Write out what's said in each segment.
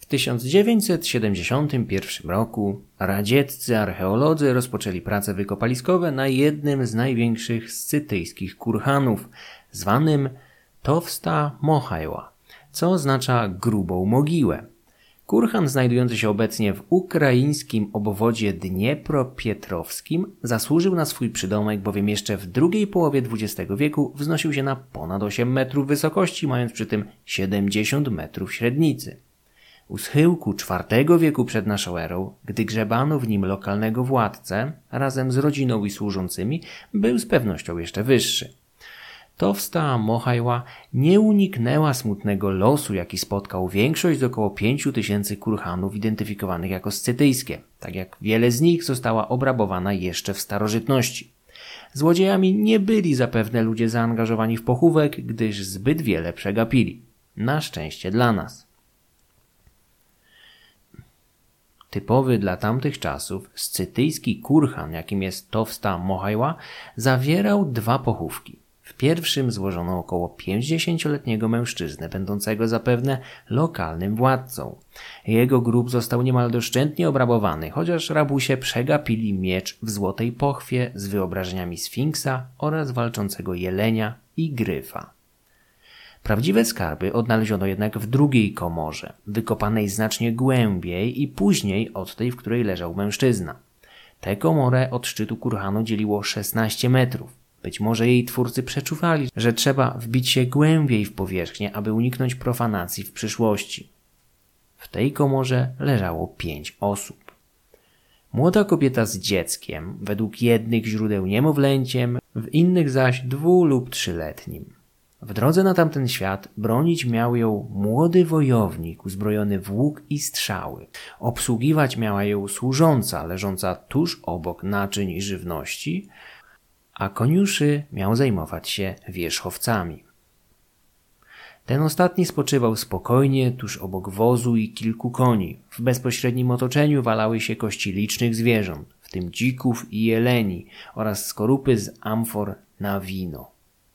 W 1971 roku radzieccy archeolodzy rozpoczęli prace wykopaliskowe na jednym z największych scytyjskich kurhanów, zwanym Towsta Mohyła, co oznacza grubą mogiłę. Kurhan znajdujący się obecnie w ukraińskim obwodzie dniepropietrowskim zasłużył na swój przydomek, bowiem jeszcze w drugiej połowie XX wieku wznosił się na ponad 8 metrów wysokości, mając przy tym 70 metrów średnicy. U schyłku IV wieku przed naszą erą, gdy grzebano w nim lokalnego władcę, razem z rodziną i służącymi, był z pewnością jeszcze wyższy. Towsta Mohyła nie uniknęła smutnego losu, jaki spotkał większość z około 5000 kurhanów identyfikowanych jako scytyjskie, tak jak wiele z nich została obrabowana jeszcze w starożytności. Złodziejami nie byli zapewne ludzie zaangażowani w pochówek, gdyż zbyt wiele przegapili. Na szczęście dla nas. Typowy dla tamtych czasów scytyjski kurhan, jakim jest Towsta Mohyła, zawierał 2 pochówki. W pierwszym złożono około 50-letniego mężczyznę, będącego zapewne lokalnym władcą. Jego grób został niemal doszczętnie obrabowany, chociaż rabusie przegapili miecz w złotej pochwie z wyobrażeniami sfinksa oraz walczącego jelenia i gryfa. Prawdziwe skarby odnaleziono jednak w drugiej komorze, wykopanej znacznie głębiej i później od tej, w której leżał mężczyzna. Tę komorę od szczytu kurhanu dzieliło 16 metrów. Być może jej twórcy przeczuwali, że trzeba wbić się głębiej w powierzchnię, aby uniknąć profanacji w przyszłości. W tej komorze leżało 5 osób. Młoda kobieta z dzieckiem, według jednych źródeł niemowlęciem, w innych zaś 2- lub 3-letnim. W drodze na tamten świat bronić miał ją młody wojownik uzbrojony w łuk i strzały. Obsługiwać miała ją służąca leżąca tuż obok naczyń i żywności, a koniuszy miał zajmować się wierzchowcami. Ten ostatni spoczywał spokojnie tuż obok wozu i kilku koni. W bezpośrednim otoczeniu walały się kości licznych zwierząt, w tym dzików i jeleni oraz skorupy z amfor na wino.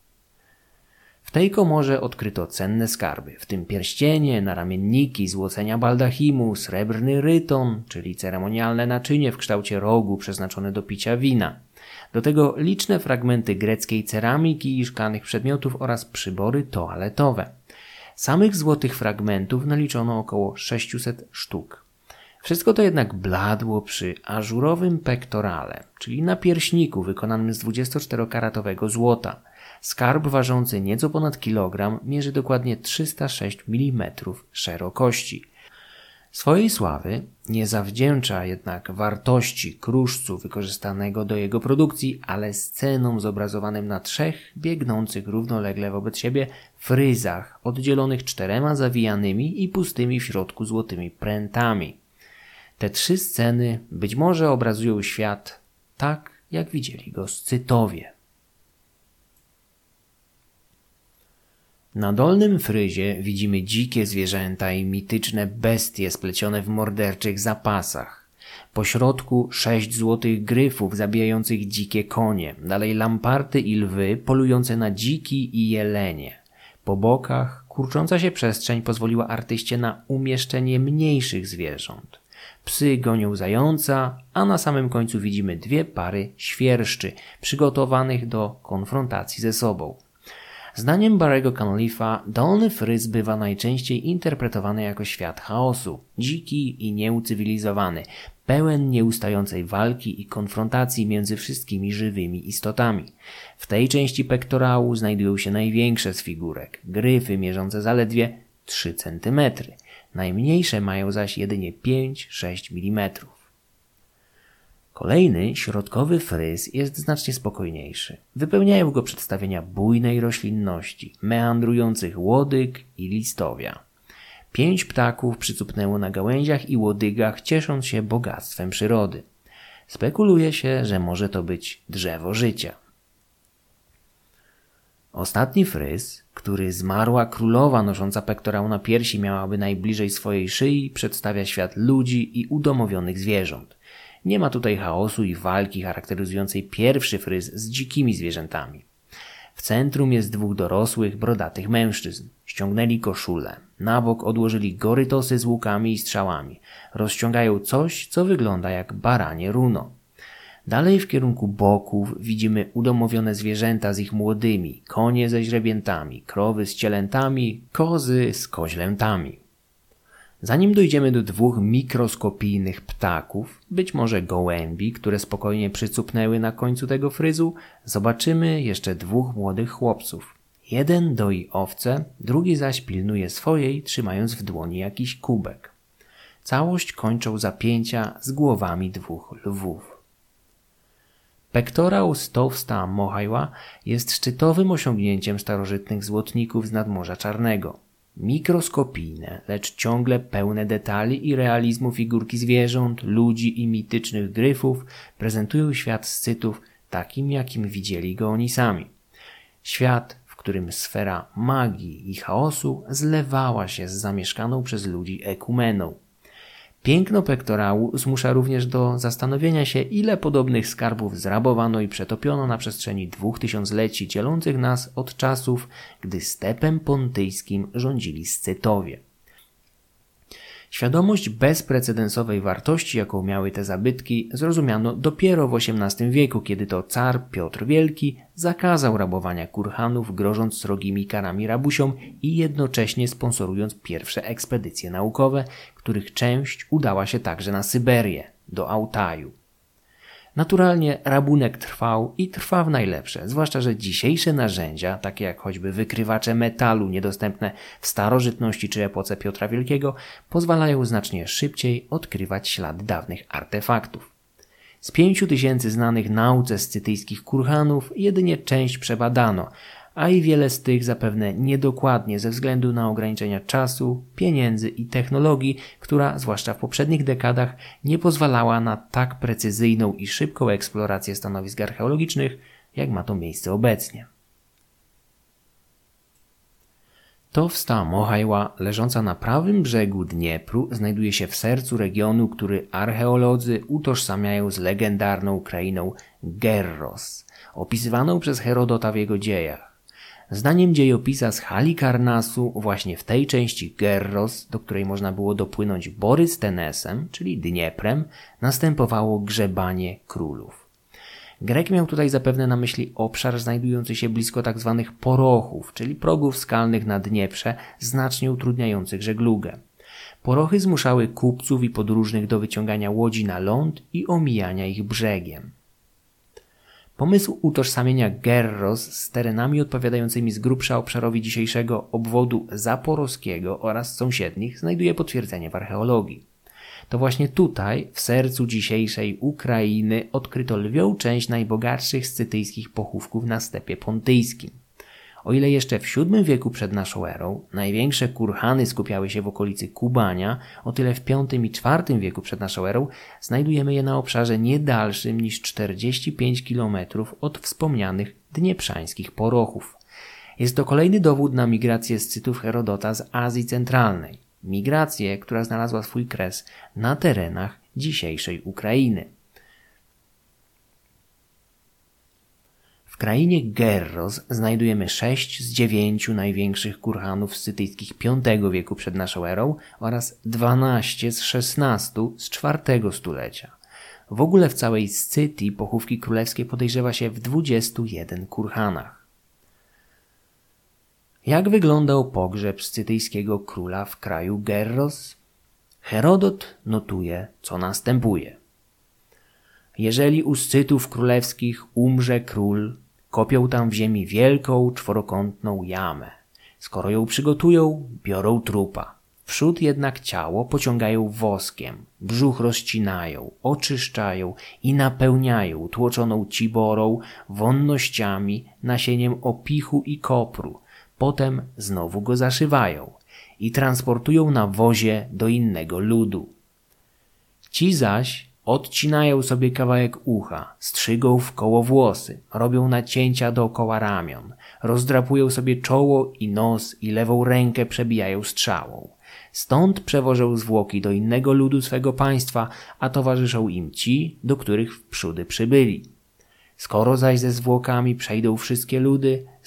W tej komorze odkryto cenne skarby, w tym pierścienie, naramienniki, złocenia baldachimu, srebrny ryton, czyli ceremonialne naczynie w kształcie rogu przeznaczone do picia wina. Do tego liczne fragmenty greckiej ceramiki i szklanych przedmiotów oraz przybory toaletowe. Samych złotych fragmentów naliczono około 600 sztuk. Wszystko to jednak bladło przy ażurowym pektorale, czyli napierśniku wykonanym z 24-karatowego złota. Skarb ważący nieco ponad kilogram mierzy dokładnie 306 mm szerokości. Swojej sławy nie zawdzięcza jednak wartości kruszcu wykorzystanego do jego produkcji, ale scenom zobrazowanym na 3 biegnących równolegle wobec siebie fryzach oddzielonych 4 zawijanymi i pustymi w środku złotymi prętami. Te 3 sceny być może obrazują świat tak, jak widzieli go Scytowie. Na dolnym fryzie widzimy dzikie zwierzęta i mityczne bestie splecione w morderczych zapasach. Po środku 6 złotych gryfów zabijających dzikie konie, dalej lamparty i lwy polujące na dziki i jelenie. Po bokach kurcząca się przestrzeń pozwoliła artyście na umieszczenie mniejszych zwierząt. Psy gonią zająca, a na samym końcu widzimy 2 pary świerszczy, przygotowanych do konfrontacji ze sobą. Zdaniem Barry'ego Cunliffa dolny fryz bywa najczęściej interpretowany jako świat chaosu, dziki i nieucywilizowany, pełen nieustającej walki i konfrontacji między wszystkimi żywymi istotami. W tej części pektorału znajdują się największe z figurek, gryfy mierzące zaledwie 3 cm. Najmniejsze mają zaś jedynie 5-6 mm. Kolejny, środkowy fryz jest znacznie spokojniejszy. Wypełniają go przedstawienia bujnej roślinności, meandrujących łodyg i listowia. 5 ptaków przycupnęło na gałęziach i łodygach, ciesząc się bogactwem przyrody. Spekuluje się, że może to być drzewo życia. Ostatni fryz, który zmarła królowa nosząca pektorał na piersi miałaby najbliżej swojej szyi, przedstawia świat ludzi i udomowionych zwierząt. Nie ma tutaj chaosu i walki charakteryzującej pierwszy fryz z dzikimi zwierzętami. W centrum jest 2 dorosłych, brodatych mężczyzn. Ściągnęli koszule. Na bok odłożyli gorytosy z łukami i strzałami. Rozciągają coś, co wygląda jak baranie runo. Dalej w kierunku boków widzimy udomowione zwierzęta z ich młodymi, konie ze źrebiętami, krowy z cielętami, kozy z koźlętami. Zanim dojdziemy do 2 mikroskopijnych ptaków, być może gołębi, które spokojnie przycupnęły na końcu tego fryzu, zobaczymy jeszcze 2 młodych chłopców. Jeden doi owce, drugi zaś pilnuje swojej, trzymając w dłoni jakiś kubek. Całość kończą zapięcia z głowami 2 lwów. Pektorał z Towsta Mohyła jest szczytowym osiągnięciem starożytnych złotników z nadmorza Czarnego. Mikroskopijne, lecz ciągle pełne detali i realizmu figurki zwierząt, ludzi i mitycznych gryfów prezentują świat Scytów takim, jakim widzieli go oni sami. Świat, w którym sfera magii i chaosu zlewała się z zamieszkaną przez ludzi ekumeną. Piękno pektorału zmusza również do zastanowienia się, ile podobnych skarbów zrabowano i przetopiono na przestrzeni 2000-leci dzielących nas od czasów, gdy stepem pontyjskim rządzili Scytowie. Świadomość bezprecedensowej wartości, jaką miały te zabytki, zrozumiano dopiero w XVIII wieku, kiedy to car Piotr Wielki zakazał rabowania kurhanów, grożąc srogimi karami rabusiom i jednocześnie sponsorując pierwsze ekspedycje naukowe, których część udała się także na Syberię, do Altaju. Naturalnie rabunek trwał i trwa w najlepsze, zwłaszcza że dzisiejsze narzędzia, takie jak choćby wykrywacze metalu niedostępne w starożytności czy epoce Piotra Wielkiego, pozwalają znacznie szybciej odkrywać ślady dawnych artefaktów. Z 5000 znanych nauce scytyjskich kurhanów jedynie część przebadano, a i wiele z tych zapewne niedokładnie ze względu na ograniczenia czasu, pieniędzy i technologii, która zwłaszcza w poprzednich dekadach nie pozwalała na tak precyzyjną i szybką eksplorację stanowisk archeologicznych, jak ma to miejsce obecnie. Towsta Mohyła, leżąca na prawym brzegu Dniepru, znajduje się w sercu regionu, który archeolodzy utożsamiają z legendarną krainą Gerros, opisywaną przez Herodota w jego dziejach. Zdaniem dziejopisa z Halikarnasu właśnie w tej części Gerros, do której można było dopłynąć Borystenesem, czyli Dnieprem, następowało grzebanie królów. Grek miał tutaj zapewne na myśli obszar znajdujący się blisko tzw. porochów, czyli progów skalnych na Dnieprze, znacznie utrudniających żeglugę. Porochy zmuszały kupców i podróżnych do wyciągania łodzi na ląd i omijania ich brzegiem. Pomysł utożsamienia Gerros z terenami odpowiadającymi z grubsza obszarowi dzisiejszego obwodu zaporowskiego oraz sąsiednich znajduje potwierdzenie w archeologii. To właśnie tutaj, w sercu dzisiejszej Ukrainy, odkryto lwią część najbogatszych scytyjskich pochówków na stepie pontyjskim. O ile jeszcze w VII wieku przed naszą erą największe kurhany skupiały się w okolicy Kubania, o tyle w V i IV wieku przed naszą erą znajdujemy je na obszarze nie dalszym niż 45 km od wspomnianych dnieprzańskich porochów. Jest to kolejny dowód na migrację Scytów Herodota z Azji Centralnej. Migrację, która znalazła swój kres na terenach dzisiejszej Ukrainy. W krainie Gerros znajdujemy 6 z 9 największych kurhanów scytyjskich V wieku przed naszą erą oraz 12 z 16 z IV stulecia. W ogóle w całej Scytii pochówki królewskie podejrzewa się w 21 kurhanach. Jak wyglądał pogrzeb scytyjskiego króla w kraju Gerros? Herodot notuje, co następuje. Jeżeli u Scytów królewskich umrze król, kopią tam w ziemi wielką, czworokątną jamę. Skoro ją przygotują, biorą trupa. Wprzód jednak ciało pociągają woskiem, brzuch rozcinają, oczyszczają i napełniają tłoczoną ciborą, wonnościami, nasieniem opichu i kopru. Potem znowu go zaszywają i transportują na wozie do innego ludu. Ci zaś odcinają sobie kawałek ucha, strzygą w koło włosy, robią nacięcia dookoła ramion, rozdrapują sobie czoło i nos i lewą rękę przebijają strzałą. Stąd przewożą zwłoki do innego ludu swego państwa, a towarzyszą im ci, do których wprzódy przybyli. Skoro zaś ze zwłokami przejdą wszystkie ludy,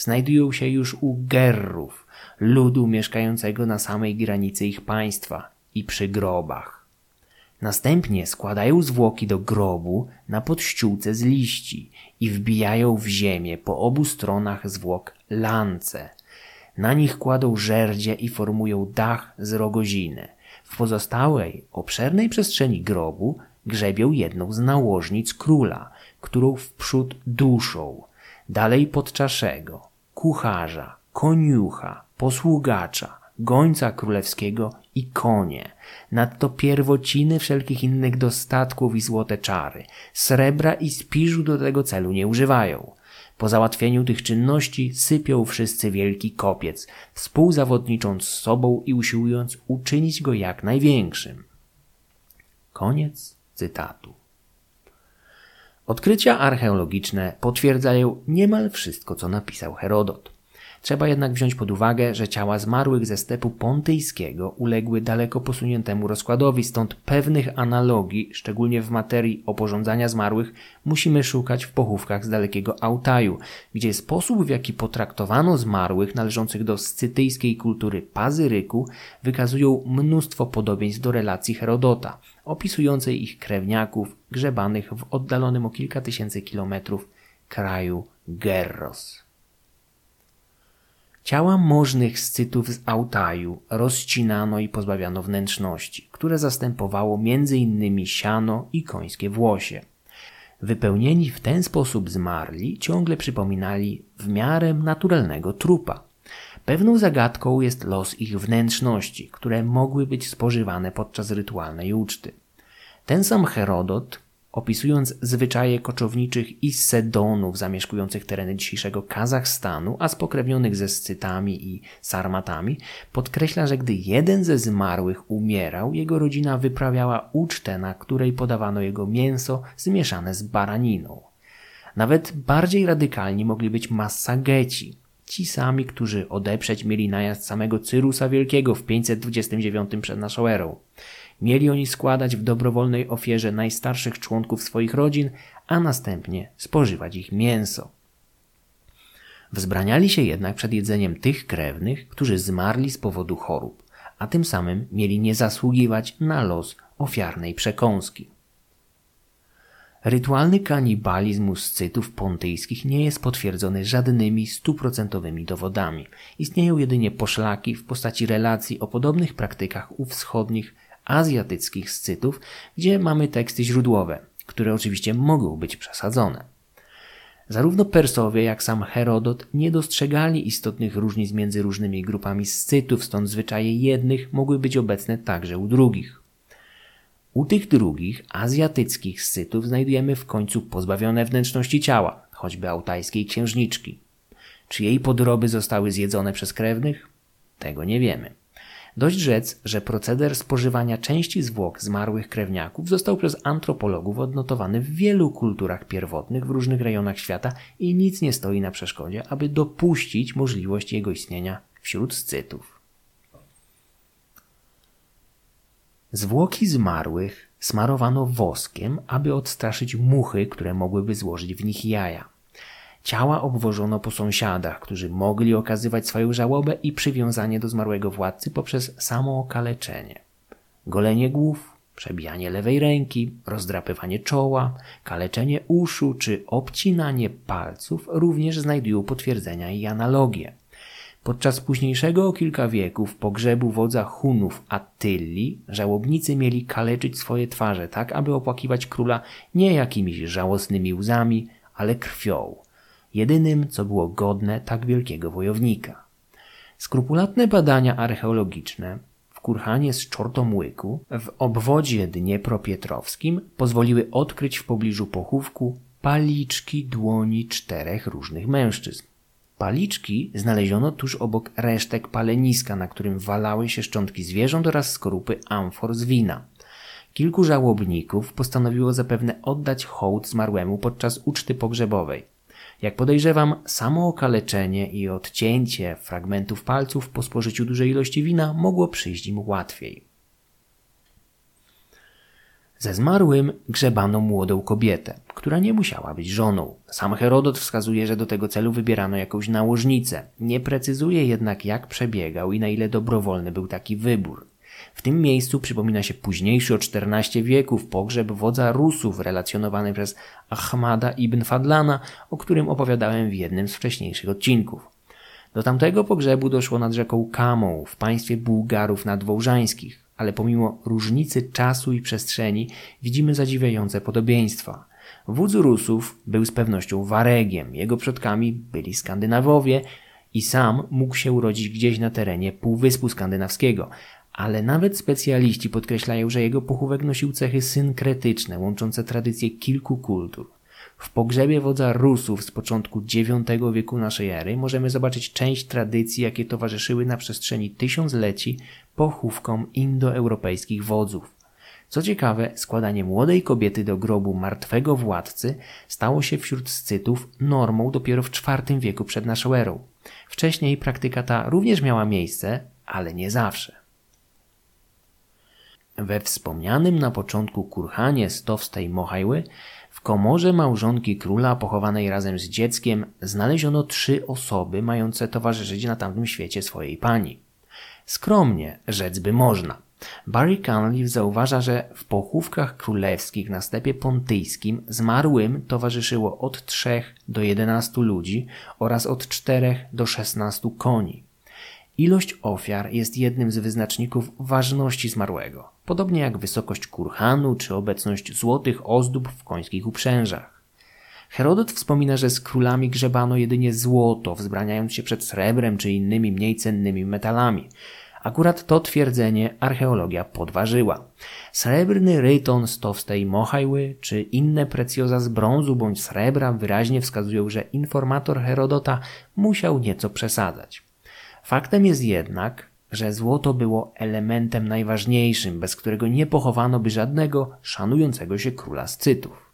znajdują się już u Gerrów, ludu mieszkającego na samej granicy ich państwa i przy grobach. Następnie składają zwłoki do grobu na podściółce z liści i wbijają w ziemię po obu stronach zwłok lance. Na nich kładą żerdzie i formują dach z rogoziny. W pozostałej, obszernej przestrzeni grobu grzebią jedną z nałożnic króla, którą wprzód duszą, dalej podczaszego, kucharza, koniucha, posługacza, gońca królewskiego i konie, nadto pierwociny wszelkich innych dostatków i złote czary, srebra i spiżu do tego celu nie używają. Po załatwieniu tych czynności sypią wszyscy wielki kopiec, współzawodnicząc z sobą i usiłując uczynić go jak największym. Koniec cytatu. Odkrycia archeologiczne potwierdzają niemal wszystko, co napisał Herodot. Trzeba jednak wziąć pod uwagę, że ciała zmarłych ze stepu pontyjskiego uległy daleko posuniętemu rozkładowi, stąd pewnych analogii, szczególnie w materii oporządzania zmarłych, musimy szukać w pochówkach z dalekiego Altaju, gdzie sposób, w jaki potraktowano zmarłych należących do scytyjskiej kultury Pazyryku, wykazują mnóstwo podobieństw do relacji Herodota, opisującej ich krewniaków grzebanych w oddalonym o kilka tysięcy kilometrów kraju Gerros. Ciała możnych Scytów z Altaju rozcinano i pozbawiano wnętrzności, które zastępowało m.in. siano i końskie włosie. Wypełnieni w ten sposób zmarli ciągle przypominali w miarę naturalnego trupa. Pewną zagadką jest los ich wnętrzności, które mogły być spożywane podczas rytualnej uczty. Ten sam Herodot, opisując zwyczaje koczowniczych Issedonów zamieszkujących tereny dzisiejszego Kazachstanu, a spokrewnionych ze Scytami i Sarmatami, podkreśla, że gdy jeden ze zmarłych umierał, jego rodzina wyprawiała ucztę, na której podawano jego mięso zmieszane z baraniną. Nawet bardziej radykalni mogli być Massageci, ci sami, którzy odeprzeć mieli najazd samego Cyrusa Wielkiego w 529 przed naszą erą. Mieli oni składać w dobrowolnej ofierze najstarszych członków swoich rodzin, a następnie spożywać ich mięso. Wzbraniali się jednak przed jedzeniem tych krewnych, którzy zmarli z powodu chorób, a tym samym mieli nie zasługiwać na los ofiarnej przekąski. Rytualny kanibalizm u Scytów pontyjskich nie jest potwierdzony żadnymi 100% dowodami. Istnieją jedynie poszlaki w postaci relacji o podobnych praktykach u wschodnich, azjatyckich Scytów, gdzie mamy teksty źródłowe, które oczywiście mogą być przesadzone. Zarówno Persowie, jak sam Herodot nie dostrzegali istotnych różnic między różnymi grupami Scytów, stąd zwyczaje jednych mogły być obecne także u drugich. U tych drugich, azjatyckich Scytów znajdujemy w końcu pozbawione wnętrzności ciała, choćby altajskiej księżniczki. Czy jej podroby zostały zjedzone przez krewnych? Tego nie wiemy. Dość rzec, że proceder spożywania części zwłok zmarłych krewniaków został przez antropologów odnotowany w wielu kulturach pierwotnych w różnych rejonach świata i nic nie stoi na przeszkodzie, aby dopuścić możliwość jego istnienia wśród Scytów. Zwłoki zmarłych smarowano woskiem, aby odstraszyć muchy, które mogłyby złożyć w nich jaja. Ciała obwożono po sąsiadach, którzy mogli okazywać swoją żałobę i przywiązanie do zmarłego władcy poprzez samookaleczenie. Golenie głów, przebijanie lewej ręki, rozdrapywanie czoła, kaleczenie uszu czy obcinanie palców również znajdują potwierdzenia i analogie. Podczas późniejszego o kilka wieków pogrzebu wodza Hunów Attylli żałobnicy mieli kaleczyć swoje twarze tak, aby opłakiwać króla nie jakimiś żałosnymi łzami, ale krwią. Jedynym, co było godne tak wielkiego wojownika. Skrupulatne badania archeologiczne w Kurhanie z Czortomłyku w obwodzie dniepropietrowskim pozwoliły odkryć w pobliżu pochówku paliczki dłoni 4 różnych mężczyzn. Paliczki znaleziono tuż obok resztek paleniska, na którym walały się szczątki zwierząt oraz skorupy amfor z wina. Kilku żałobników postanowiło zapewne oddać hołd zmarłemu podczas uczty pogrzebowej. Jak podejrzewam, samo okaleczenie i odcięcie fragmentów palców po spożyciu dużej ilości wina mogło przyjść im łatwiej. Ze zmarłym grzebano młodą kobietę, która nie musiała być żoną. Sam Herodot wskazuje, że do tego celu wybierano jakąś nałożnicę. Nie precyzuje jednak, jak przebiegał i na ile dobrowolny był taki wybór. W tym miejscu przypomina się późniejszy o XIV wieku pogrzeb wodza Rusów relacjonowany przez Ahmada ibn Fadlana, o którym opowiadałem w jednym z wcześniejszych odcinków. Do tamtego pogrzebu doszło nad rzeką Kamą w państwie Bułgarów nadwołżańskich, ale pomimo różnicy czasu i przestrzeni widzimy zadziwiające podobieństwa. Wódz Rusów był z pewnością Waregiem, jego przodkami byli Skandynawowie i sam mógł się urodzić gdzieś na terenie Półwyspu Skandynawskiego, ale nawet specjaliści podkreślają, że jego pochówek nosił cechy synkretyczne, łączące tradycje kilku kultur. W pogrzebie wodza Rusów z początku IX wieku naszej ery możemy zobaczyć część tradycji, jakie towarzyszyły na przestrzeni tysiącleci pochówkom indoeuropejskich wodzów. Co ciekawe, składanie młodej kobiety do grobu martwego władcy stało się wśród Scytów normą dopiero w IV wieku przed naszą erą. Wcześniej praktyka ta również miała miejsce, ale nie zawsze. We wspomnianym na początku kurhanie z Towstej Mohyły w komorze małżonki króla pochowanej razem z dzieckiem znaleziono 3 osoby mające towarzyszyć na tamtym świecie swojej pani. Skromnie rzec by można. Barry Cunliffe zauważa, że w pochówkach królewskich na stepie pontyjskim zmarłym towarzyszyło od 3 do 11 ludzi oraz od 4 do 16 koni. Ilość ofiar jest jednym z wyznaczników ważności zmarłego, podobnie jak wysokość kurhanu czy obecność złotych ozdób w końskich uprzężach. Herodot wspomina, że z królami grzebano jedynie złoto, wzbraniając się przed srebrem czy innymi mniej cennymi metalami. Akurat to twierdzenie archeologia podważyła. Srebrny ryton z Towstej Mohyły czy inne precjoza z brązu bądź srebra wyraźnie wskazują, że informator Herodota musiał nieco przesadzać. Faktem jest jednak, że złoto było elementem najważniejszym, bez którego nie pochowano by żadnego szanującego się króla Scytów.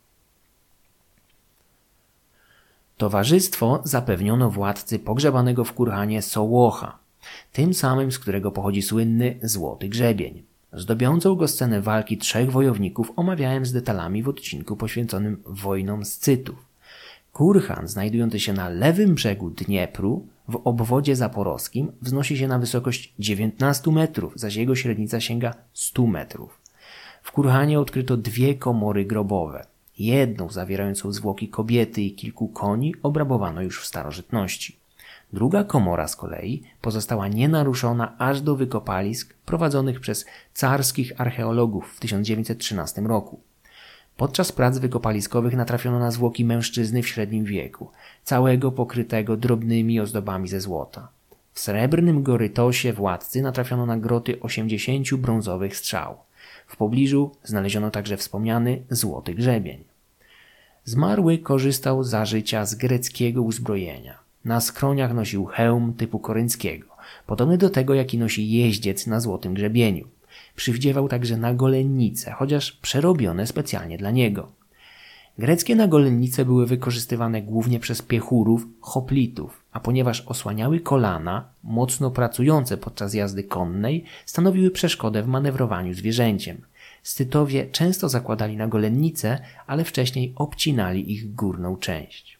Towarzystwo zapewniono władcy pogrzebanego w kurhanie Sołocha, tym samym, z którego pochodzi słynny Złoty Grzebień. Zdobiącą go scenę walki 3 wojowników omawiałem z detalami w odcinku poświęconym wojnom Scytów. Kurhan, znajdujący się na lewym brzegu Dniepru, w obwodzie zaporowskim, wznosi się na wysokość 19 metrów, zaś jego średnica sięga 100 metrów. W kurhanie odkryto 2 komory grobowe. Jedną, zawierającą zwłoki kobiety i kilku koni, obrabowano już w starożytności. Druga komora z kolei pozostała nienaruszona aż do wykopalisk prowadzonych przez carskich archeologów w 1913 roku. Podczas prac wykopaliskowych natrafiono na zwłoki mężczyzny w średnim wieku, całego pokrytego drobnymi ozdobami ze złota. W srebrnym gorytosie władcy natrafiono na groty 80 brązowych strzał. W pobliżu znaleziono także wspomniany Złoty Grzebień. Zmarły korzystał za życia z greckiego uzbrojenia. Na skroniach nosił hełm typu korynckiego, podobny do tego, jaki nosi jeździec na Złotym Grzebieniu. Przywdziewał także nagolennice, chociaż przerobione specjalnie dla niego. Greckie nagolennice były wykorzystywane głównie przez piechurów, hoplitów, a ponieważ osłaniały kolana, mocno pracujące podczas jazdy konnej, stanowiły przeszkodę w manewrowaniu zwierzęciem. Scytowie często zakładali nagolennice, ale wcześniej obcinali ich górną część.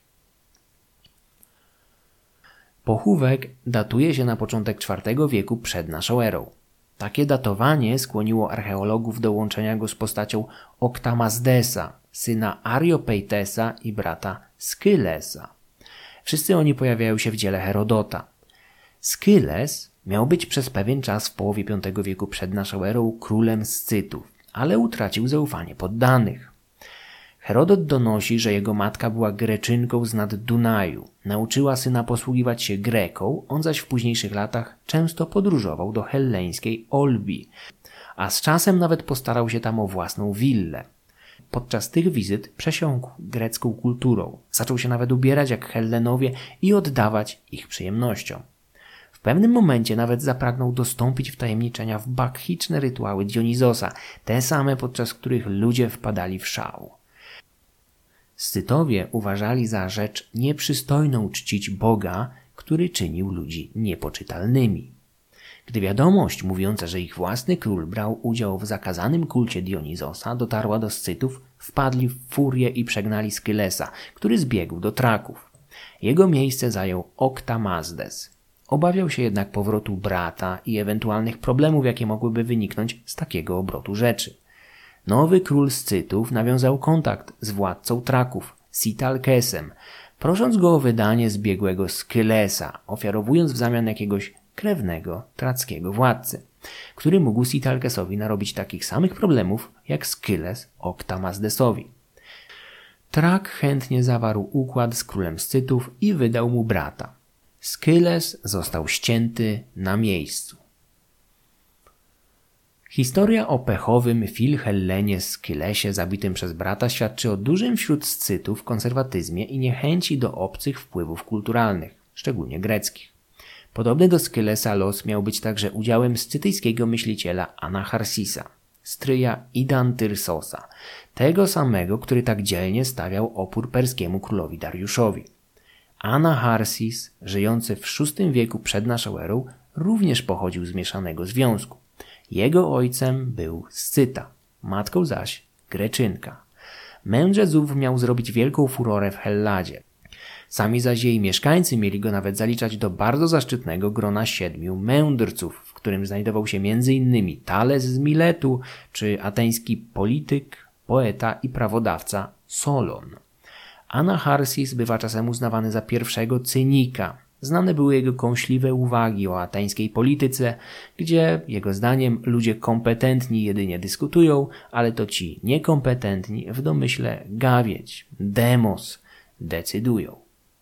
Pochówek datuje się na początek IV wieku przed naszą erą. Takie datowanie skłoniło archeologów do łączenia go z postacią Oktamazdesa, syna Ariopeitesa i brata Skylesa. Wszyscy oni pojawiają się w dziele Herodota. Skyles miał być przez pewien czas w połowie V wieku przed naszą erą królem Scytów, ale utracił zaufanie poddanych. Herodot donosi, że jego matka była Greczynką z nad Dunaju. Nauczyła syna posługiwać się greką, on zaś w późniejszych latach często podróżował do helleńskiej Olbii, a z czasem nawet postarał się tam o własną willę. Podczas tych wizyt przesiąkł grecką kulturą. Zaczął się nawet ubierać jak Hellenowie i oddawać ich przyjemnościom. W pewnym momencie nawet zapragnął dostąpić wtajemniczenia w bakchiczne rytuały Dionizosa, te same, podczas których ludzie wpadali w szał. Scytowie uważali za rzecz nieprzystojną czcić Boga, który czynił ludzi niepoczytalnymi. Gdy wiadomość mówiąca, że ich własny król brał udział w zakazanym kulcie Dionizosa dotarła do Scytów, wpadli w furię i przegnali Skylesa, który zbiegł do Traków. Jego miejsce zajął Oktamazdes. Obawiał się jednak powrotu brata i ewentualnych problemów, jakie mogłyby wyniknąć z takiego obrotu rzeczy. Nowy król Scytów nawiązał kontakt z władcą Traków, Sitalkesem, prosząc go o wydanie zbiegłego Skylesa, ofiarowując w zamian jakiegoś krewnego trackiego władcy, który mógł Sitalkesowi narobić takich samych problemów jak Skyles Oktamazdesowi. Trak chętnie zawarł układ z królem Scytów i wydał mu brata. Skyles został ścięty na miejscu. Historia o pechowym Filhellenie Skylesie zabitym przez brata świadczy o dużym wśród Scytów konserwatyzmie i niechęci do obcych wpływów kulturalnych, szczególnie greckich. Podobny do Skylesa los miał być także udziałem scytyjskiego myśliciela Anacharsisa, stryja Idantyrsosa, tego samego, który tak dzielnie stawiał opór perskiemu królowi Dariuszowi. Anacharsis, żyjący w VI wieku przed naszą erą, również pochodził z mieszanego związku. Jego ojcem był Scyta, matką zaś Greczynka. Mędrzec ów miał zrobić wielką furorę w Helladzie. Sami zaś jej mieszkańcy mieli go nawet zaliczać do bardzo zaszczytnego grona 7 mędrców, w którym znajdował się m.in. Tales z Miletu czy ateński polityk, poeta i prawodawca Solon. Anacharsis bywa czasem uznawany za pierwszego cynika. Znane były jego kąśliwe uwagi o ateńskiej polityce, gdzie, jego zdaniem, ludzie kompetentni jedynie dyskutują, ale to ci niekompetentni w domyśle gawieć, demos, decydują.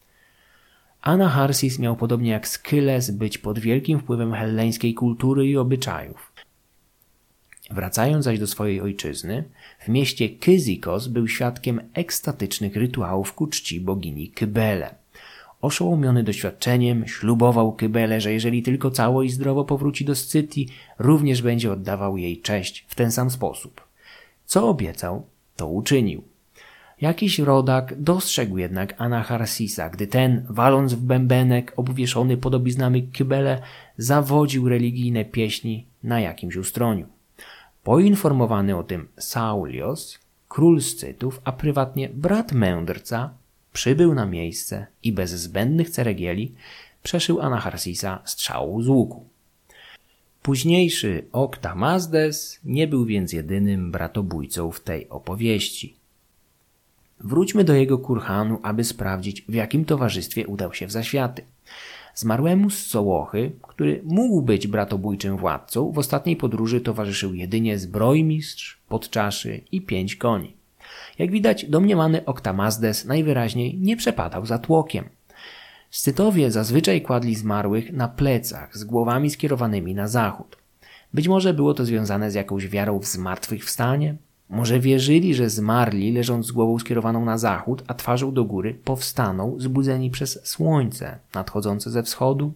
Anacharsis miał podobnie jak Skyles być pod wielkim wpływem helleńskiej kultury i obyczajów. Wracając zaś do swojej ojczyzny, w mieście Kyzikos był świadkiem ekstatycznych rytuałów ku czci bogini Kybele. Oszołomiony doświadczeniem, ślubował Kybele, że jeżeli tylko cało i zdrowo powróci do Scytii, również będzie oddawał jej cześć w ten sam sposób. Co obiecał, to uczynił. Jakiś rodak dostrzegł jednak Anacharsisa, gdy ten, waląc w bębenek obwieszony podobiznami Kybele, zawodził religijne pieśni na jakimś ustroniu. Poinformowany o tym Saulios, król Scytów, a prywatnie brat mędrca, przybył na miejsce i bez zbędnych ceregieli przeszył Anacharsisa strzałą z łuku. Późniejszy Oktamazdes nie był więc jedynym bratobójcą w tej opowieści. Wróćmy do jego kurhanu, aby sprawdzić, w jakim towarzystwie udał się w zaświaty. Zmarłemu z Sołochy, który mógł być bratobójczym władcą, w ostatniej podróży towarzyszył jedynie zbrojmistrz, podczaszy i 5 koni. Jak widać, domniemany Oktamazdes najwyraźniej nie przepadał za tłokiem. Scytowie zazwyczaj kładli zmarłych na plecach z głowami skierowanymi na zachód. Być może było to związane z jakąś wiarą w zmartwychwstanie? Może wierzyli, że zmarli, leżąc z głową skierowaną na zachód, a twarzą do góry, powstaną zbudzeni przez słońce nadchodzące ze wschodu?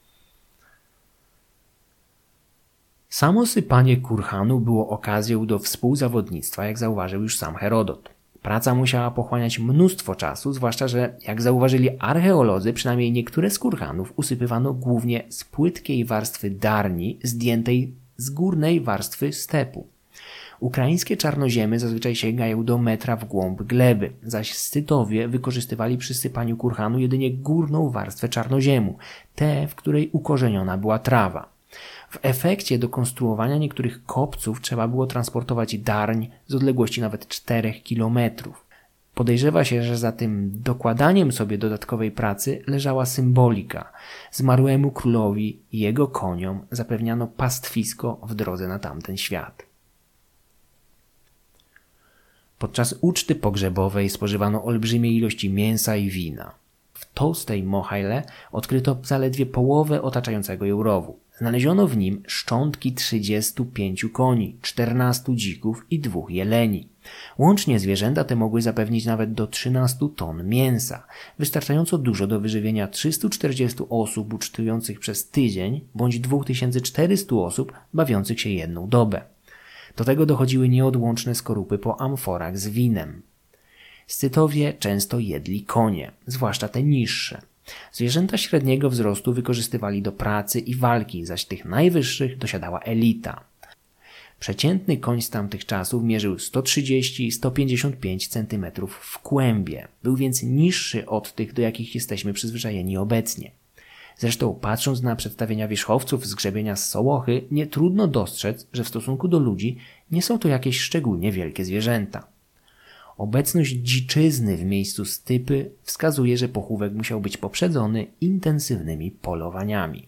Samo sypanie kurhanu było okazją do współzawodnictwa, jak zauważył już sam Herodot. Praca musiała pochłaniać mnóstwo czasu, zwłaszcza że, jak zauważyli archeolodzy, przynajmniej niektóre z kurhanów usypywano głównie z płytkiej warstwy darni zdjętej z górnej warstwy stepu. Ukraińskie czarnoziemy zazwyczaj sięgają do metra w głąb gleby, zaś Scytowie wykorzystywali przy sypaniu kurhanu jedynie górną warstwę czarnoziemu, tę, w której ukorzeniona była trawa. W efekcie do konstruowania niektórych kopców trzeba było transportować darń z odległości nawet 4 kilometrów. Podejrzewa się, że za tym dokładaniem sobie dodatkowej pracy leżała symbolika. Zmarłemu królowi i jego koniom zapewniano pastwisko w drodze na tamten świat. Podczas uczty pogrzebowej spożywano olbrzymie ilości mięsa i wina. W tłustej Mohaile odkryto zaledwie połowę otaczającego ją rowu. Znaleziono w nim szczątki 35 koni, 14 dzików i 2 jeleni. Łącznie zwierzęta te mogły zapewnić nawet do 13 ton mięsa, wystarczająco dużo do wyżywienia 340 osób ucztujących przez tydzień bądź 2400 osób bawiących się jedną dobę. Do tego dochodziły nieodłączne skorupy po amforach z winem. Scytowie często jedli konie, zwłaszcza te niższe. Zwierzęta średniego wzrostu wykorzystywali do pracy i walki, zaś tych najwyższych dosiadała elita. Przeciętny koń z tamtych czasów mierzył 130-155 cm w kłębie. Był więc niższy od tych, do jakich jesteśmy przyzwyczajeni obecnie. Zresztą, patrząc na przedstawienia wierzchowców z grzebienia z Sołochy, nie trudno dostrzec, że w stosunku do ludzi nie są to jakieś szczególnie wielkie zwierzęta. Obecność dziczyzny w miejscu stypy wskazuje, że pochówek musiał być poprzedzony intensywnymi polowaniami.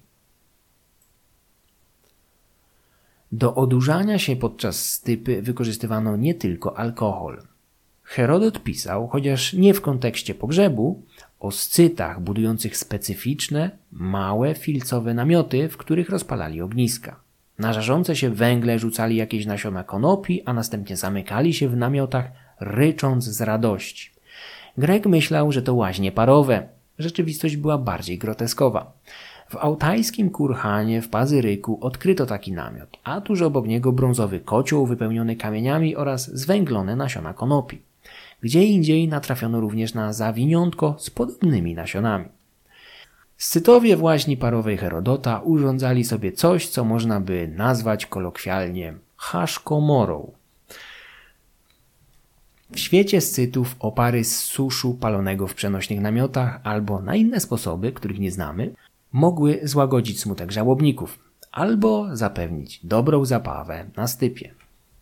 Do odurzania się podczas stypy wykorzystywano nie tylko alkohol. Herodot pisał, chociaż nie w kontekście pogrzebu, o scytach budujących specyficzne, małe, filcowe namioty, w których rozpalali ogniska. Na żarzące się węgle rzucali jakieś nasiona konopi, a następnie zamykali się w namiotach, rycząc z radości. Grek myślał, że to łaźnie parowe. Rzeczywistość była bardziej groteskowa. W autajskim Kurhanie w Pazyryku odkryto taki namiot, a tuż obok niego brązowy kocioł wypełniony kamieniami oraz zwęglone nasiona konopi. Gdzie indziej natrafiono również na zawiniątko z podobnymi nasionami. Scytowie w łaźni parowej Herodota urządzali sobie coś, co można by nazwać kolokwialnie haszkomorą. W świecie scytów opary z suszu palonego w przenośnych namiotach albo na inne sposoby, których nie znamy, mogły złagodzić smutek żałobników albo zapewnić dobrą zabawę na stypie.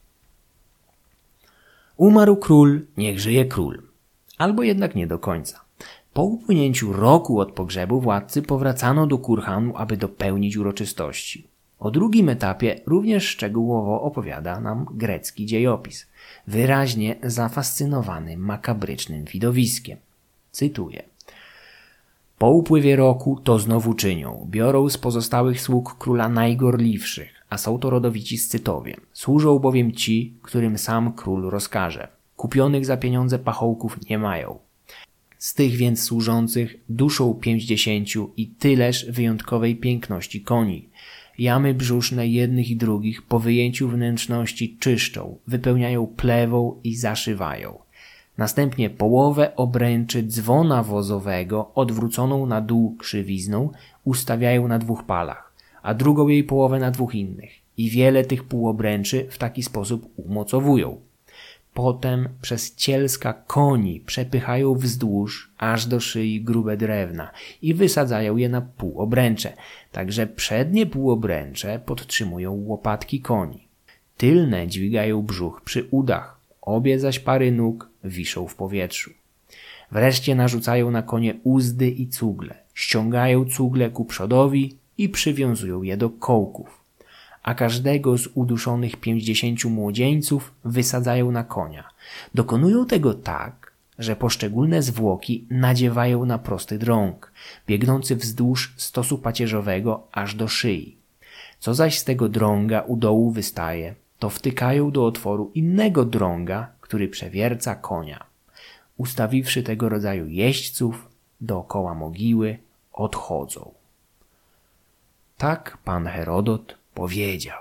Umarł król, niech żyje król. Albo jednak nie do końca. Po upłynięciu roku od pogrzebu władcy powracano do Kurhanu, aby dopełnić uroczystości. O drugim etapie również szczegółowo opowiada nam grecki dziejopis, wyraźnie zafascynowany makabrycznym widowiskiem. Cytuję. Po upływie roku to znowu czynią. Biorą z pozostałych sług króla najgorliwszych, a są to rodowici Scytowie. Służą bowiem ci, którym sam król rozkaże. Kupionych za pieniądze pachołków nie mają. Z tych więc służących duszą 50 i tyleż wyjątkowej piękności koni. Jamy brzuszne jednych i drugich po wyjęciu wnętrzności czyszczą, wypełniają plewą i zaszywają. Następnie połowę obręczy dzwona wozowego odwróconą na dół krzywizną ustawiają na 2 palach, a drugą jej połowę na 2 innych i wiele tych półobręczy w taki sposób umocowują. Potem przez cielska koni przepychają wzdłuż aż do szyi grube drewna i wysadzają je na półobręcze, także przednie półobręcze podtrzymują łopatki koni. Tylne dźwigają brzuch przy udach, obie zaś pary nóg wiszą w powietrzu. Wreszcie narzucają na konie uzdy i cugle, ściągają cugle ku przodowi i przywiązują je do kołków. A każdego z uduszonych 50 młodzieńców wysadzają na konia. Dokonują tego tak, że poszczególne zwłoki nadziewają na prosty drąg, biegnący wzdłuż stosu pacierzowego aż do szyi. Co zaś z tego drąga u dołu wystaje, to wtykają do otworu innego drąga, który przewierca konia. Ustawiwszy tego rodzaju jeźdźców dookoła mogiły, odchodzą. Tak pan Herodot powiedział.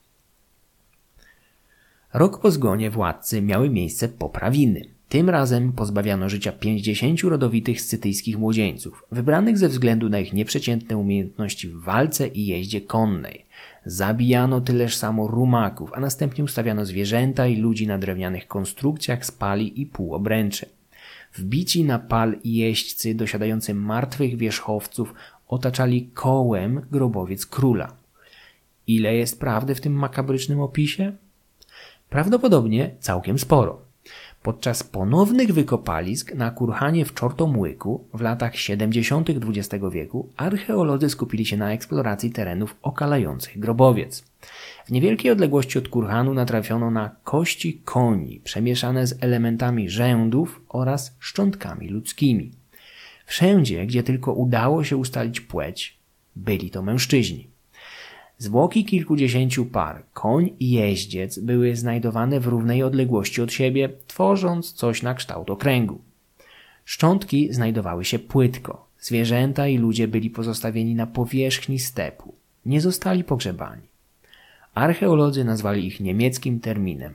Rok po zgonie władcy miały miejsce poprawiny. Tym razem pozbawiano życia 50 rodowitych scytyjskich młodzieńców, wybranych ze względu na ich nieprzeciętne umiejętności w walce i jeździe konnej. Zabijano tyleż samo rumaków, a następnie ustawiano zwierzęta i ludzi na drewnianych konstrukcjach z pali i półobręczy. Wbici na pal jeźdźcy dosiadający martwych wierzchowców otaczali kołem grobowiec króla. Ile jest prawdy w tym makabrycznym opisie? Prawdopodobnie całkiem sporo. Podczas ponownych wykopalisk na Kurhanie w Czortomłyku w latach 70. XX wieku archeolodzy skupili się na eksploracji terenów okalających grobowiec. W niewielkiej odległości od Kurhanu natrafiono na kości koni przemieszane z elementami rzędów oraz szczątkami ludzkimi. Wszędzie, gdzie tylko udało się ustalić płeć, byli to mężczyźni. Zwłoki kilkudziesięciu par, koń i jeździec, były znajdowane w równej odległości od siebie, tworząc coś na kształt okręgu. Szczątki znajdowały się płytko. Zwierzęta i ludzie byli pozostawieni na powierzchni stepu. Nie zostali pogrzebani. Archeolodzy nazwali ich niemieckim terminem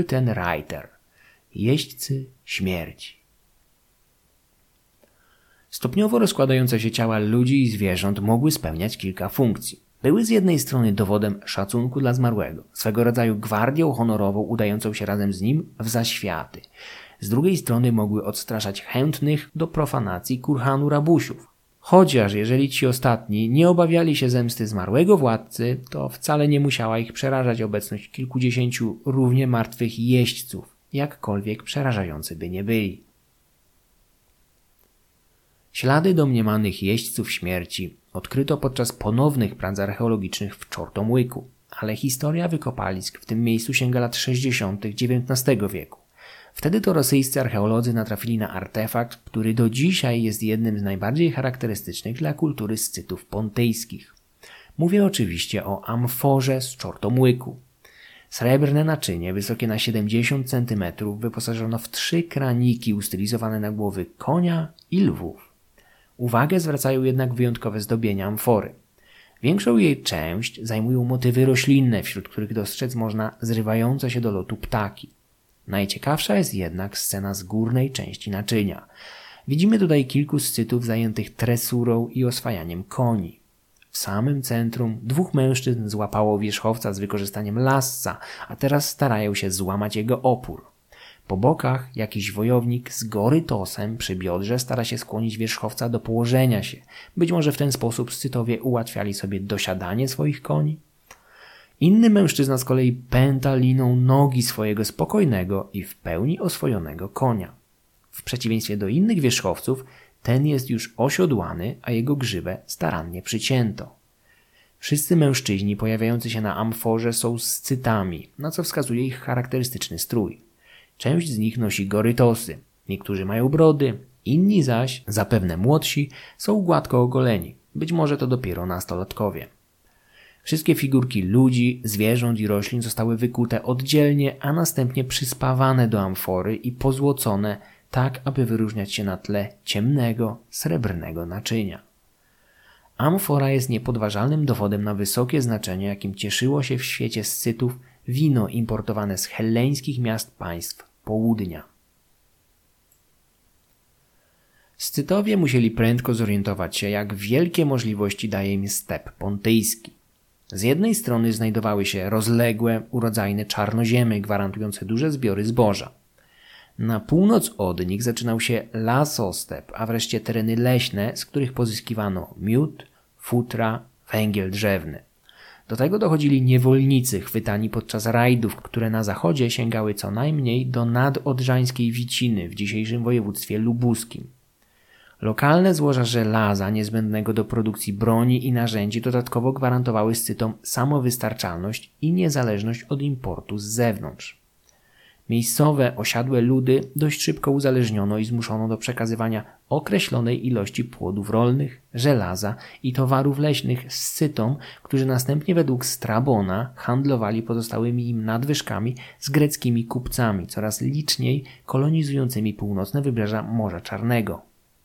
Totenreiter, jeźdźcy śmierci. Stopniowo rozkładające się ciała ludzi i zwierząt mogły spełniać kilka funkcji. Były z jednej strony dowodem szacunku dla zmarłego, swego rodzaju gwardią honorową udającą się razem z nim w zaświaty. Z drugiej strony mogły odstraszać chętnych do profanacji kurhanu rabusiów. Chociaż jeżeli ci ostatni nie obawiali się zemsty zmarłego władcy, to wcale nie musiała ich przerażać obecność kilkudziesięciu równie martwych jeźdźców, jakkolwiek przerażający by nie byli. Ślady domniemanych jeźdźców śmierci odkryto podczas ponownych prac archeologicznych w Czortomłyku, ale historia wykopalisk w tym miejscu sięga lat 60. XIX wieku. Wtedy to rosyjscy archeolodzy natrafili na artefakt, który do dzisiaj jest jednym z najbardziej charakterystycznych dla kultury Scytów pontyjskich. Mówię oczywiście o amforze z Czortomłyku. Srebrne naczynie, wysokie na 70 cm, wyposażono w 3 kraniki ustylizowane na głowy konia i lwów. Uwagę zwracają jednak wyjątkowe zdobienia amfory. Większą jej część zajmują motywy roślinne, wśród których dostrzec można zrywające się do lotu ptaki. Najciekawsza jest jednak scena z górnej części naczynia. Widzimy tutaj kilku Scytów zajętych tresurą i oswajaniem koni. W samym centrum 2 mężczyzn złapało wierzchowca z wykorzystaniem lassa, a teraz starają się złamać jego opór. Po bokach jakiś wojownik z gorytosem przy biodrze stara się skłonić wierzchowca do położenia się. Być może w ten sposób Scytowie ułatwiali sobie dosiadanie swoich koni? Inny mężczyzna z kolei pęta liną nogi swojego spokojnego i w pełni oswojonego konia. W przeciwieństwie do innych wierzchowców, ten jest już osiodłany, a jego grzywę starannie przycięto. Wszyscy mężczyźni pojawiający się na amforze są Scytami, na co wskazuje ich charakterystyczny strój. Część z nich nosi gorytosy, niektórzy mają brody, inni zaś, zapewne młodsi, są gładko ogoleni, być może to dopiero nastolatkowie. Wszystkie figurki ludzi, zwierząt i roślin zostały wykute oddzielnie, a następnie przyspawane do amfory i pozłocone tak, aby wyróżniać się na tle ciemnego, srebrnego naczynia. Amfora jest niepodważalnym dowodem na wysokie znaczenie, jakim cieszyło się w świecie Scytów wino importowane z helleńskich miast państw południa. Scytowie musieli prędko zorientować się, jak wielkie możliwości daje im step pontyjski. Z jednej strony znajdowały się rozległe, urodzajne czarnoziemy gwarantujące duże zbiory zboża. Na północ od nich zaczynał się lasostep, a wreszcie tereny leśne, z których pozyskiwano miód, futra, węgiel drzewny. Do tego dochodzili niewolnicy chwytani podczas rajdów, które na zachodzie sięgały co najmniej do nadodrzańskiej Wiciny w dzisiejszym województwie lubuskim. Lokalne złoża żelaza niezbędnego do produkcji broni i narzędzi dodatkowo gwarantowały Scytom samowystarczalność i niezależność od importu z zewnątrz. Miejscowe, osiadłe ludy dość szybko uzależniono i zmuszono do przekazywania określonej ilości płodów rolnych, żelaza i towarów leśnych Scytom, którzy następnie według Strabona handlowali pozostałymi im nadwyżkami z greckimi kupcami, coraz liczniej kolonizującymi północne wybrzeża Morza Czarnego.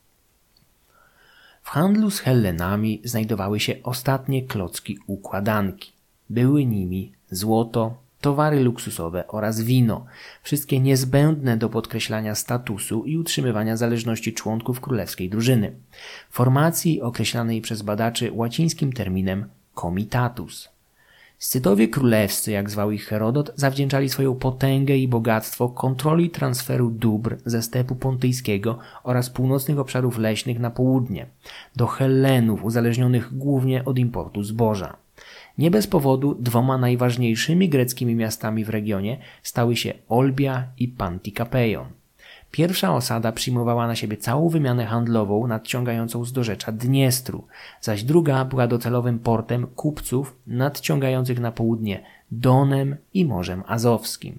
W handlu z Hellenami znajdowały się ostatnie klocki układanki. Były nimi złoto, towary luksusowe oraz wino, wszystkie niezbędne do podkreślania statusu i utrzymywania zależności członków królewskiej drużyny, formacji określanej przez badaczy łacińskim terminem comitatus. Scytowie królewscy, jak zwał ich Herodot, zawdzięczali swoją potęgę i bogactwo kontroli transferu dóbr ze stepu pontyjskiego oraz północnych obszarów leśnych na południe, do Hellenów uzależnionych głównie od importu zboża. Nie bez powodu 2 najważniejszymi greckimi miastami w regionie stały się Olbia i Pantikapejon. Pierwsza osada przyjmowała na siebie całą wymianę handlową nadciągającą z dorzecza Dniestru, zaś druga była docelowym portem kupców nadciągających na południe Donem i Morzem Azowskim.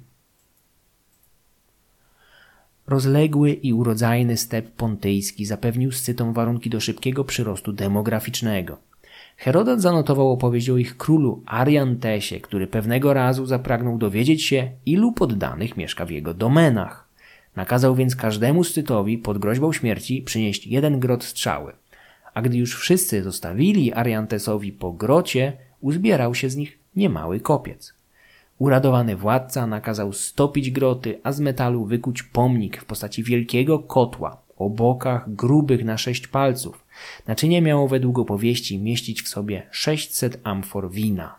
Rozległy i urodzajny step pontyjski zapewnił Scytom warunki do szybkiego przyrostu demograficznego. Herodot zanotował opowieść o ich królu Ariantesie, który pewnego razu zapragnął dowiedzieć się, ilu poddanych mieszka w jego domenach. Nakazał więc każdemu Scytowi pod groźbą śmierci przynieść 1 grot strzały. A gdy już wszyscy zostawili Ariantesowi po grocie, uzbierał się z nich niemały kopiec. Uradowany władca nakazał stopić groty, a z metalu wykuć pomnik w postaci wielkiego kotła, o bokach grubych na 6 palców. Naczynie miało według opowieści mieścić w sobie 600 amfor wina.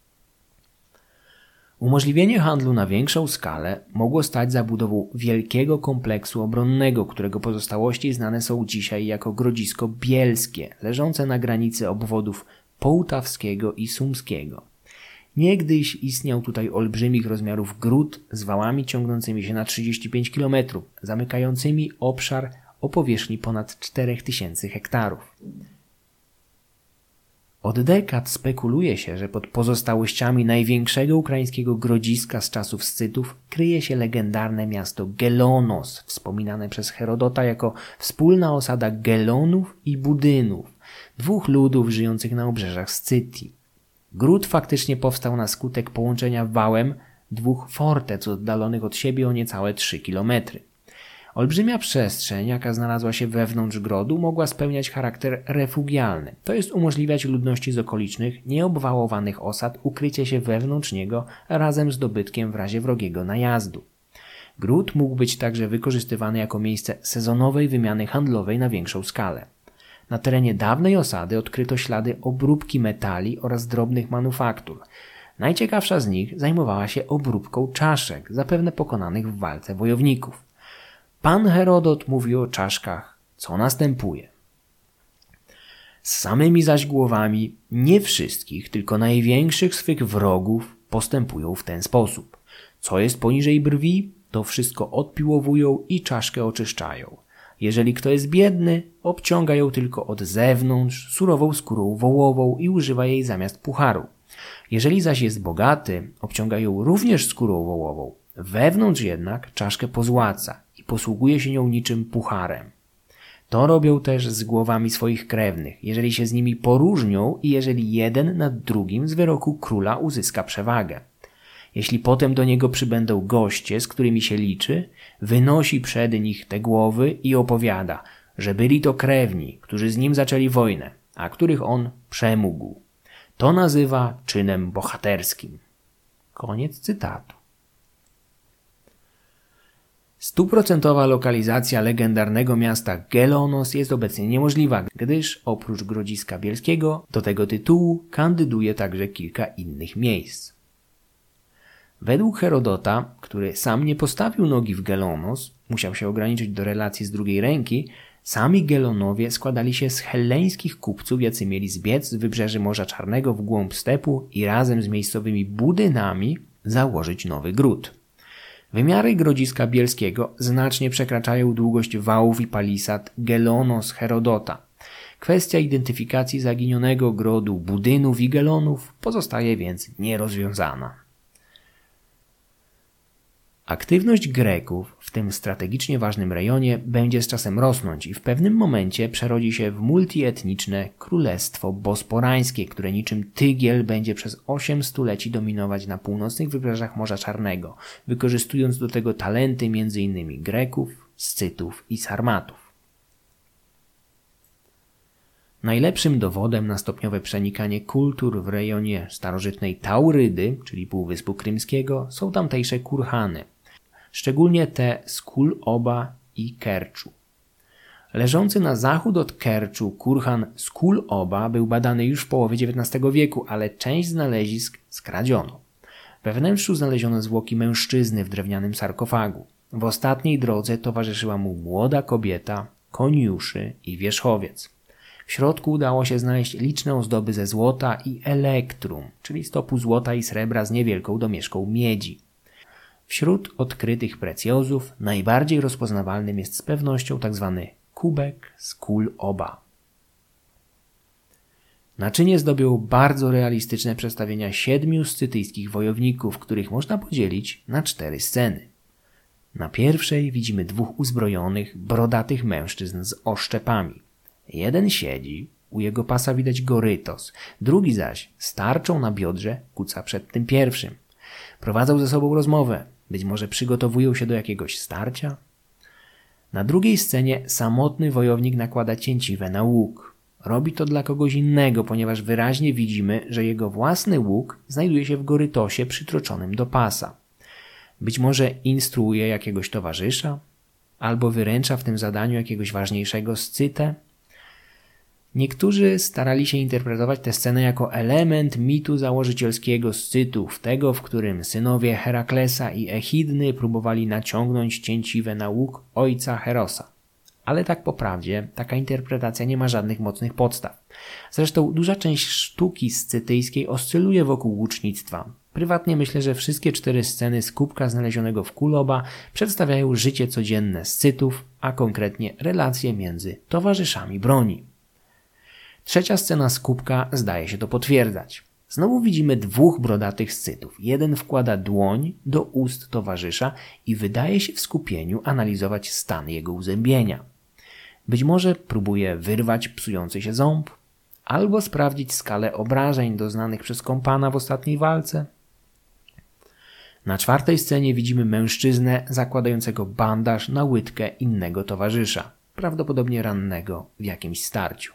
Umożliwienie handlu na większą skalę mogło stać za budową wielkiego kompleksu obronnego, którego pozostałości znane są dzisiaj jako Grodzisko Bielskie, leżące na granicy obwodów połtawskiego i sumskiego. Niegdyś istniał tutaj olbrzymich rozmiarów gród z wałami ciągnącymi się na 35 km, zamykającymi obszar o powierzchni ponad 4000 hektarów. Od dekad spekuluje się, że pod pozostałościami największego ukraińskiego grodziska z czasów Scytów kryje się legendarne miasto Gelonos, wspominane przez Herodota jako wspólna osada Gelonów i Budynów, dwóch ludów żyjących na obrzeżach Scytii. Gród faktycznie powstał na skutek połączenia wałem dwóch fortec oddalonych od siebie o niecałe 3 km. Olbrzymia przestrzeń, jaka znalazła się wewnątrz grodu, mogła spełniać charakter refugialny, to jest umożliwiać ludności z okolicznych, nieobwałowanych osad ukrycie się wewnątrz niego razem z dobytkiem w razie wrogiego najazdu. Gród mógł być także wykorzystywany jako miejsce sezonowej wymiany handlowej na większą skalę. Na terenie dawnej osady odkryto ślady obróbki metali oraz drobnych manufaktur. Najciekawsza z nich zajmowała się obróbką czaszek, zapewne pokonanych w walce wojowników. Pan Herodot mówi o czaszkach, co następuje. Z samymi zaś głowami nie wszystkich, tylko największych swych wrogów postępują w ten sposób. Co jest poniżej brwi, to wszystko odpiłowują i czaszkę oczyszczają. Jeżeli kto jest biedny, obciąga ją tylko od zewnątrz surową skórą wołową i używa jej zamiast pucharu. Jeżeli zaś jest bogaty, obciąga ją również skórą wołową. Wewnątrz jednak czaszkę pozłaca i posługuje się nią niczym pucharem. To robią też z głowami swoich krewnych, jeżeli się z nimi poróżnią i jeżeli jeden nad drugim z wyroku króla uzyska przewagę. Jeśli potem do niego przybędą goście, z którymi się liczy, wynosi przed nich te głowy i opowiada, że byli to krewni, którzy z nim zaczęli wojnę, a których on przemógł. To nazywa czynem bohaterskim. Koniec cytatu. 100% lokalizacja legendarnego miasta Gelonos jest obecnie niemożliwa, gdyż oprócz Grodziska Bielskiego do tego tytułu kandyduje także kilka innych miejsc. Według Herodota, który sam nie postawił nogi w Gelonos, musiał się ograniczyć do relacji z drugiej ręki, sami Gelonowie składali się z helleńskich kupców, jacy mieli zbiec z wybrzeży Morza Czarnego w głąb stepu i razem z miejscowymi budynami założyć nowy gród. Wymiary Grodziska Bielskiego znacznie przekraczają długość wałów i palisad Gelonos Herodota. Kwestia identyfikacji zaginionego grodu Budynów i Gelonów pozostaje więc nierozwiązana. Aktywność Greków w tym strategicznie ważnym rejonie będzie z czasem rosnąć i w pewnym momencie przerodzi się w multietniczne Królestwo Bosporańskie, które niczym tygiel będzie przez 8 stuleci dominować na północnych wybrzeżach Morza Czarnego, wykorzystując do tego talenty m.in. Greków, Scytów i Sarmatów. Najlepszym dowodem na stopniowe przenikanie kultur w rejonie starożytnej Taurydy, czyli Półwyspu Krymskiego, są tamtejsze kurhany, szczególnie te z Kul-Oba i Kerczu. Leżący na zachód od Kerczu kurhan z Kul-Oba był badany już w połowie XIX wieku, ale część znalezisk skradziono. We wnętrzu znaleziono zwłoki mężczyzny w drewnianym sarkofagu. W ostatniej drodze towarzyszyła mu młoda kobieta, koniuszy i wierzchowiec. W środku udało się znaleźć liczne ozdoby ze złota i elektrum, czyli stopu złota i srebra z niewielką domieszką miedzi. Wśród odkrytych precjozów najbardziej rozpoznawalnym jest z pewnością tzw. kubek z Kul-Oba. Naczynie zdobią bardzo realistyczne przedstawienia 7 scytyjskich wojowników, których można podzielić na 4 sceny. Na pierwszej widzimy 2 uzbrojonych, brodatych mężczyzn z oszczepami. Jeden siedzi, u jego pasa widać gorytos, drugi zaś z tarczą na biodrze kuca przed tym pierwszym. Prowadzą ze sobą rozmowę, być może przygotowują się do jakiegoś starcia. Na drugiej scenie samotny wojownik nakłada cięciwę na łuk. Robi to dla kogoś innego, ponieważ wyraźnie widzimy, że jego własny łuk znajduje się w gorytosie przytroczonym do pasa. Być może instruuje jakiegoś towarzysza? albo wyręcza w tym zadaniu jakiegoś ważniejszego scytę. Niektórzy starali się interpretować tę scenę jako element mitu założycielskiego Scytów, tego, w którym synowie Heraklesa i Echidny próbowali naciągnąć cięciwe na łuk ojca Herosa. Ale tak po prawdzie, taka interpretacja nie ma żadnych mocnych podstaw. Zresztą duża część sztuki scytyjskiej oscyluje wokół łucznictwa. Prywatnie myślę, że wszystkie 4 sceny z kubka znalezionego w Kuloba przedstawiają życie codzienne Scytów, a konkretnie relacje między towarzyszami broni. Trzecia scena z kubka zdaje się to potwierdzać. Znowu widzimy 2 brodatych Scytów. Jeden wkłada dłoń do ust towarzysza i wydaje się w skupieniu analizować stan jego uzębienia. Być może próbuje wyrwać psujący się ząb, albo sprawdzić skalę obrażeń doznanych przez kompana w ostatniej walce. Na 4. scenie widzimy mężczyznę zakładającego bandaż na łydkę innego towarzysza, prawdopodobnie rannego w jakimś starciu.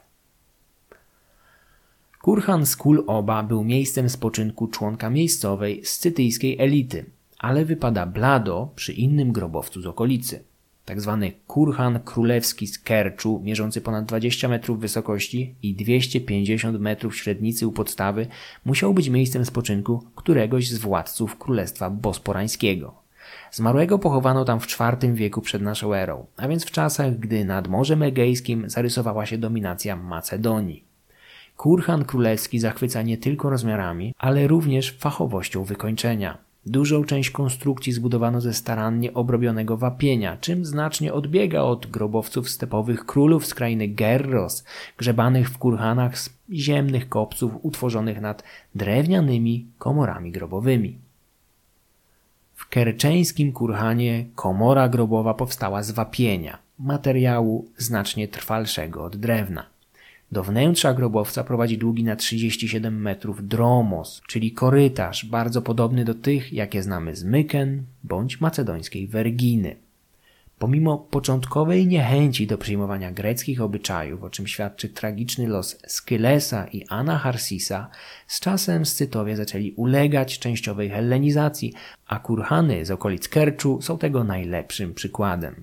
Kurhan z Kuloba był miejscem spoczynku członka miejscowej scytyjskiej elity, ale wypada blado przy innym grobowcu z okolicy. Tak zwany Kurhan Królewski z Kerczu, mierzący ponad 20 metrów wysokości i 250 metrów średnicy u podstawy, musiał być miejscem spoczynku któregoś z władców Królestwa Bosporańskiego. Zmarłego pochowano tam w IV wieku przed naszą erą, a więc w czasach, gdy nad Morzem Egejskim zarysowała się dominacja Macedonii. Kurhan Królewski zachwyca nie tylko rozmiarami, ale również fachowością wykończenia. Dużą część konstrukcji zbudowano ze starannie obrobionego wapienia, czym znacznie odbiega od grobowców stepowych królów z krainy Gerros, grzebanych w kurhanach z ziemnych kopców utworzonych nad drewnianymi komorami grobowymi. W kerczeńskim kurhanie komora grobowa powstała z wapienia, materiału znacznie trwalszego od drewna. Do wnętrza grobowca prowadzi długi na 37 metrów dromos, czyli korytarz bardzo podobny do tych, jakie znamy z Myken bądź macedońskiej Verginy. Pomimo początkowej niechęci do przyjmowania greckich obyczajów, o czym świadczy tragiczny los Skylesa i Anacharsisa, z czasem Scytowie zaczęli ulegać częściowej hellenizacji, a kurhany z okolic Kerczu są tego najlepszym przykładem.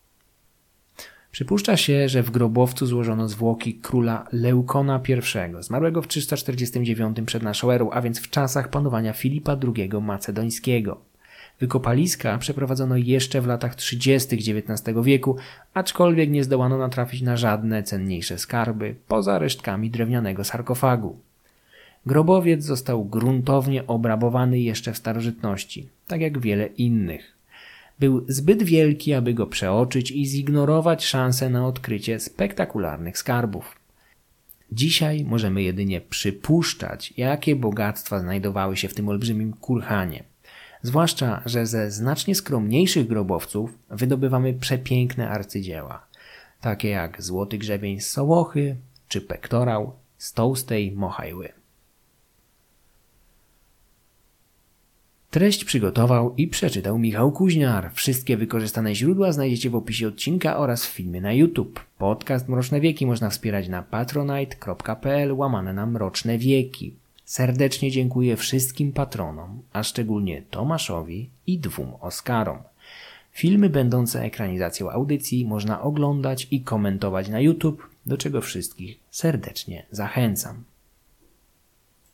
Przypuszcza się, że w grobowcu złożono zwłoki króla Leukona I, zmarłego w 349 przed naszą erą, a więc w czasach panowania Filipa II Macedońskiego. Wykopaliska przeprowadzono jeszcze w latach 30. XIX wieku, aczkolwiek nie zdołano natrafić na żadne cenniejsze skarby, poza resztkami drewnianego sarkofagu. Grobowiec został gruntownie obrabowany jeszcze w starożytności, tak jak wiele innych. Był zbyt wielki, aby go przeoczyć i zignorować szansę na odkrycie spektakularnych skarbów. Dzisiaj możemy jedynie przypuszczać, jakie bogactwa znajdowały się w tym olbrzymim kurhanie. Zwłaszcza, że ze znacznie skromniejszych grobowców wydobywamy przepiękne arcydzieła, takie jak złoty grzebień z Sołochy czy pektorał z Tołstej Mochajły. Treść przygotował i przeczytał Michał Kuźniar. Wszystkie wykorzystane źródła znajdziecie w opisie odcinka oraz w filmie na YouTube. Podcast Mroczne Wieki można wspierać na patronite.pl/Mroczne Wieki. Serdecznie dziękuję wszystkim patronom, a szczególnie Tomaszowi i 2 Oskarom. Filmy będące ekranizacją audycji można oglądać i komentować na YouTube, do czego wszystkich serdecznie zachęcam.